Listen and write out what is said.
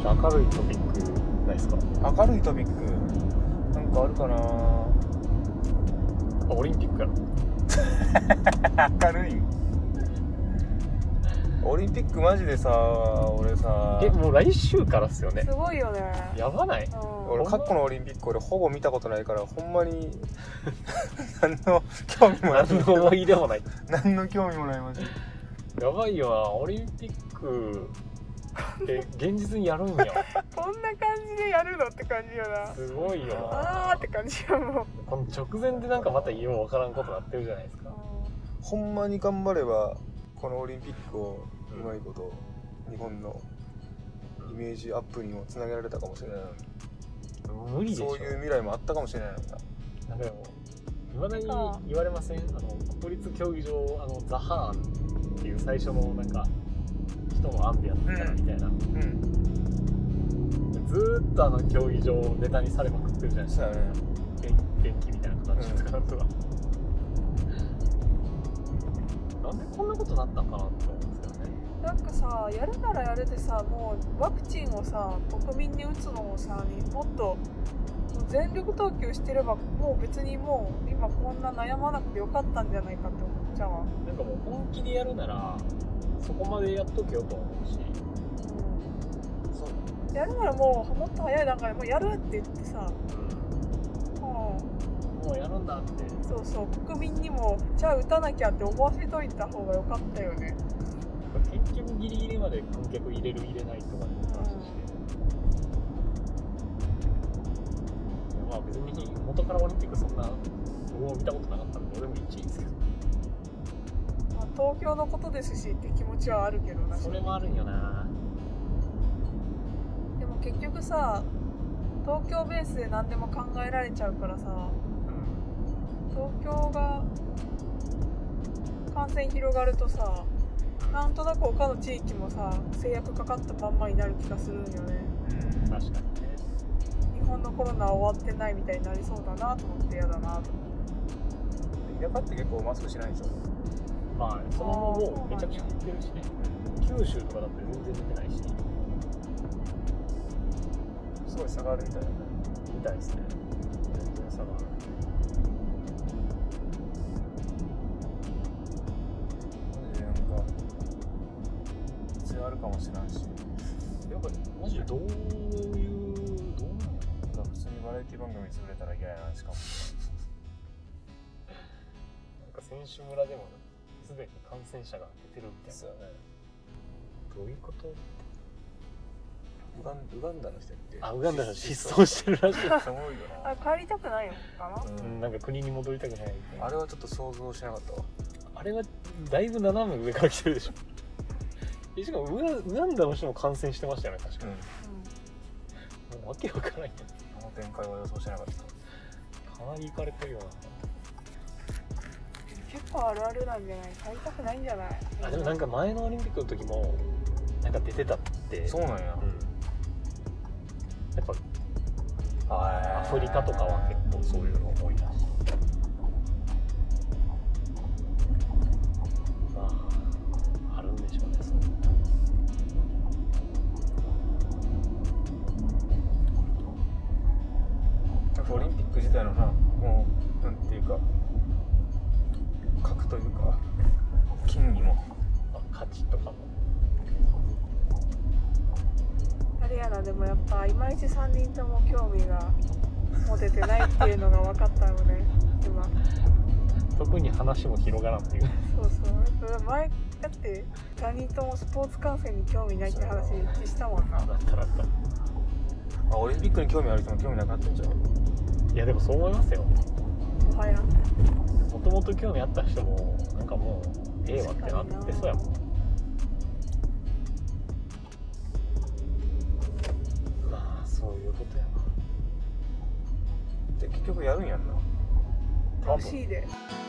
明るいトピックないですか？ 明るいトピックなんかあるかな。 オリンピックやろ。 明るいオリンピックマジでさ、俺さもう来週からっすよね。 すごいよね。 やばない？ 俺過去のオリンピック俺ほぼ見たことないからほんまに何の興味もない。 何の思い出もない。 何の興味もないマジで。 やばいよな。オリンピック現実にやるんや。 こんな感じでやるのって感じよな。 すごいよな。 あーって感じよもう。 この直前でなんかまたようわからんことなってるじゃないですか。 ほんまに頑張ればこのオリンピックをうまいこと日本のイメージアップにもつなげられたかもしれないのに、 無理でしょ。 そういう未来もあったかもしれないのにな。 なんかでも未だに言われません？国立競技場ザハーンっていう最初のなんか人の案でやってたらみたいな、ずーっと競技場をネタにされまくってるじゃないですか。 そうやね。 電気みたいな形とかなんとか、なんでこんなことなったんかなって思うんですよね。 なんかさ、やるならやるでさ、もうワクチンをさ国民に打つのをさもっと全力投球してればもう別にもう今こんな悩まなくてよかったんじゃないかって思っちゃうわ。 なんかもう本気でやるならそこまでやっとけよと思うし、 そうやるならもうっと早い段階でもうやるって言ってさ、 もうやるんだって。 そうそう国民にもじゃあ打たなきゃって思わせといた方がよかったよね。 結局ギリギリまで観客入れる入れないとかで話して、まあ別に元からオリンピックそんな僕も見たことなかったんで俺も1位ですけど、 まあ、東京のことですしって気持ちはあるけどな。 それもあるんよな。 でも結局さ東京ベースで何でも考えられちゃうからさ、東京が感染広がるとさなんとなく他の地域もさ制約かかったまんまになる気がするんよね。 確かにね。 日本のコロナは終わってないみたいになりそうだなと思って嫌だなと思って。 田舎って結構マスクしないでしょ。 まあそのもうめちゃくちゃ減ってるしね。九州とかだって全然出てないし、 すごい差があるみたいなね。 みたいですね。全然差がある。 あるかもしれないし、 やっぱマジでどうなんやろ。 なんか普通にバラエティ番組潰れたら嫌やな。しかもなんか選手村でもすでに感染者が出てるみたいな、ね、どういうこと？ ウガンダの人ってウガンダの失踪してるらしい。 すごいよな。 帰りたくないのかな、 なんか国に戻りたくないみたいな。 あれはちょっと想像しなかったわ。 あれはだいぶ斜め上から来てるでしょ。しかもウガンダの人も感染してましたよね確かに、もうわけわからんやん。 あの展開は予想しなかった。 かなり行かれてるような。 結構あるあるなんじゃない？帰りたくないんじゃない？ でもなんか前のオリンピックの時もなんか出てたって。 そうなんや、 やっぱアフリカとかは結構そういうの多いらしい。まああるんでしょうねそういうの。 なんかオリンピック自体のもうなんていうか核というか金にも価値とかもあれやな。でもやっぱいまいち3人とも興味が持ててないっていうのが分かったよね今。 特に話も広がらんっていう。 そう前だって3人ともスポーツ観戦に興味ないって話一致したもんな。 だったオリンピックに興味ある人も興味なくなってんじゃん。 いやでもそう思いますよ。 もはやもともと興味あった人もなんかもうええわってなってそうやもん。まあそういうことやな。 で結局やるんやんな。 楽しいで。